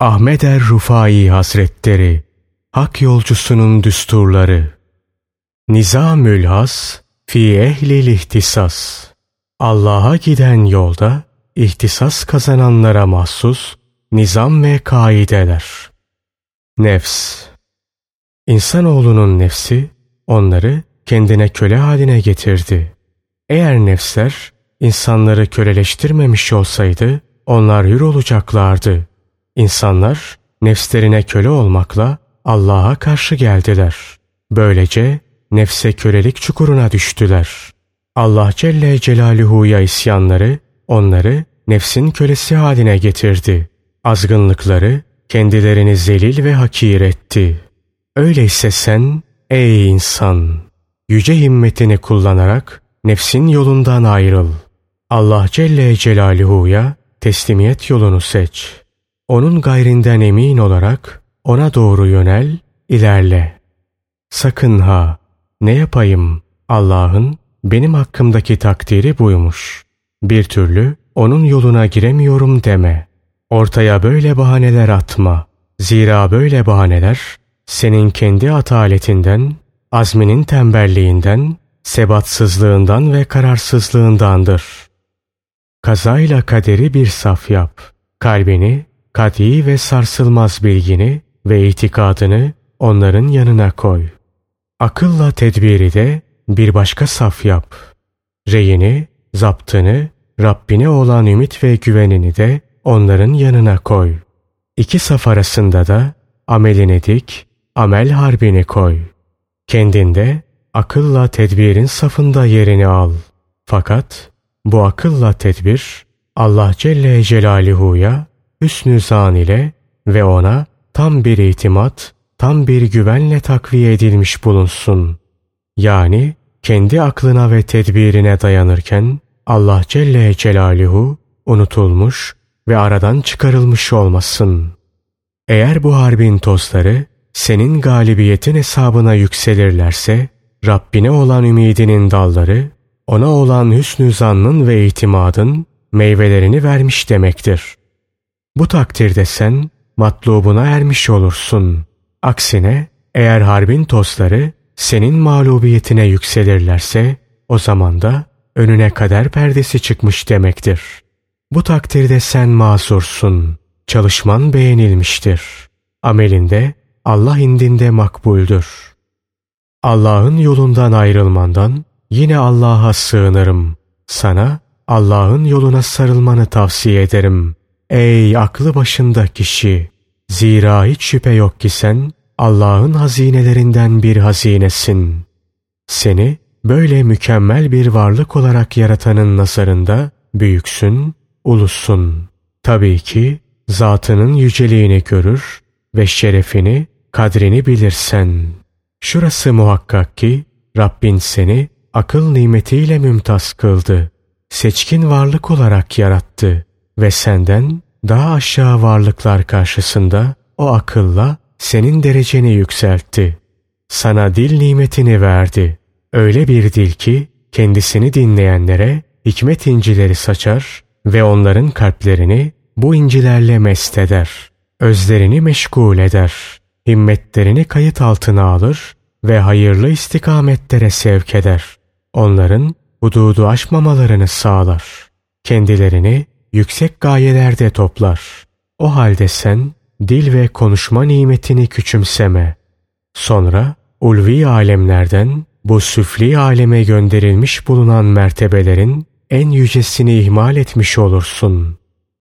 Ahmed er-Rufai Hazretleri, Hak Yolcusunun Düsturları. Nizamül Has fi ehlil ihtisas. Allah'a giden yolda ihtisas kazananlara mahsus nizam ve kaideler. Nefs. İnsanoğlunun nefsi onları kendine köle haline getirdi. Eğer nefsler insanları köleleştirmemiş olsaydı onlar hür olacaklardı. İnsanlar nefslerine köle olmakla Allah'a karşı geldiler. Böylece nefse kölelik çukuruna düştüler. Allah Celle Celaluhu'ya isyanları onları nefsin kölesi haline getirdi. Azgınlıkları kendilerini zelil ve hakir etti. Öyleyse sen ey insan, yüce himmetini kullanarak nefsin yolundan ayrıl. Allah Celle Celaluhu'ya teslimiyet yolunu seç. Onun gayrinden emin olarak ona doğru yönel, ilerle. Sakın ha, ne yapayım? Allah'ın benim hakkımdaki takdiri buymuş. Bir türlü onun yoluna giremiyorum deme. Ortaya böyle bahaneler atma. Zira böyle bahaneler senin kendi ataletinden, azminin tembelliğinden, sebatsızlığından ve kararsızlığındandır. Kazayla kaderi bir saf yap. Kalbini, kat'i ve sarsılmaz bilgini ve itikadını onların yanına koy. Akılla tedbiri de bir başka saf yap. Reyini, zaptını, Rabbine olan ümit ve güvenini de onların yanına koy. İki saf arasında da amelini dik, amel harbini koy. Kendinde akılla tedbirin safında yerini al. Fakat bu akılla tedbir Allah Celle Celaluhu'ya hüsnü zan ile ve ona tam bir itimat, tam bir güvenle takviye edilmiş bulunsun. Yani kendi aklına ve tedbirine dayanırken Allah Celle Celaluhu unutulmuş ve aradan çıkarılmış olmasın. Eğer bu harbin tozları senin galibiyetin hesabına yükselirlerse, Rabbine olan ümidinin dalları, ona olan hüsnü zannın ve itimadın meyvelerini vermiş demektir. Bu takdirde sen matlubuna ermiş olursun. Aksine eğer harbin tozları senin mağlubiyetine yükselirlerse, o zaman da önüne kader perdesi çıkmış demektir. Bu takdirde sen mazursun. Çalışman beğenilmiştir. Amelinde Allah indinde makbuldür. Allah'ın yolundan ayrılmandan yine Allah'a sığınırım. Sana Allah'ın yoluna sarılmanı tavsiye ederim. Ey aklı başında kişi! Zira hiç şüphe yok ki sen Allah'ın hazinelerinden bir hazinesin. Seni böyle mükemmel bir varlık olarak yaratanın nazarında büyüksün, ulusun. Tabii ki zatının yüceliğini görür ve şerefini, kadrini bilirsen. Şurası muhakkak ki Rabbin seni akıl nimetiyle mümtaz kıldı. Seçkin varlık olarak yarattı ve senden daha aşağı varlıklar karşısında o akılla senin dereceni yükseltti. Sana dil nimetini verdi. Öyle bir dil ki kendisini dinleyenlere hikmet incileri saçar ve onların kalplerini bu incilerle mest eder. Özlerini meşgul eder. Himmetlerini kayıt altına alır ve hayırlı istikametlere sevk eder. Onların hududu aşmamalarını sağlar. Kendilerini yüksek gayelerde toplar. O halde sen dil ve konuşma nimetini küçümseme. Sonra ulvi alemlerden bu süfli aleme gönderilmiş bulunan mertebelerin en yücesini ihmal etmiş olursun.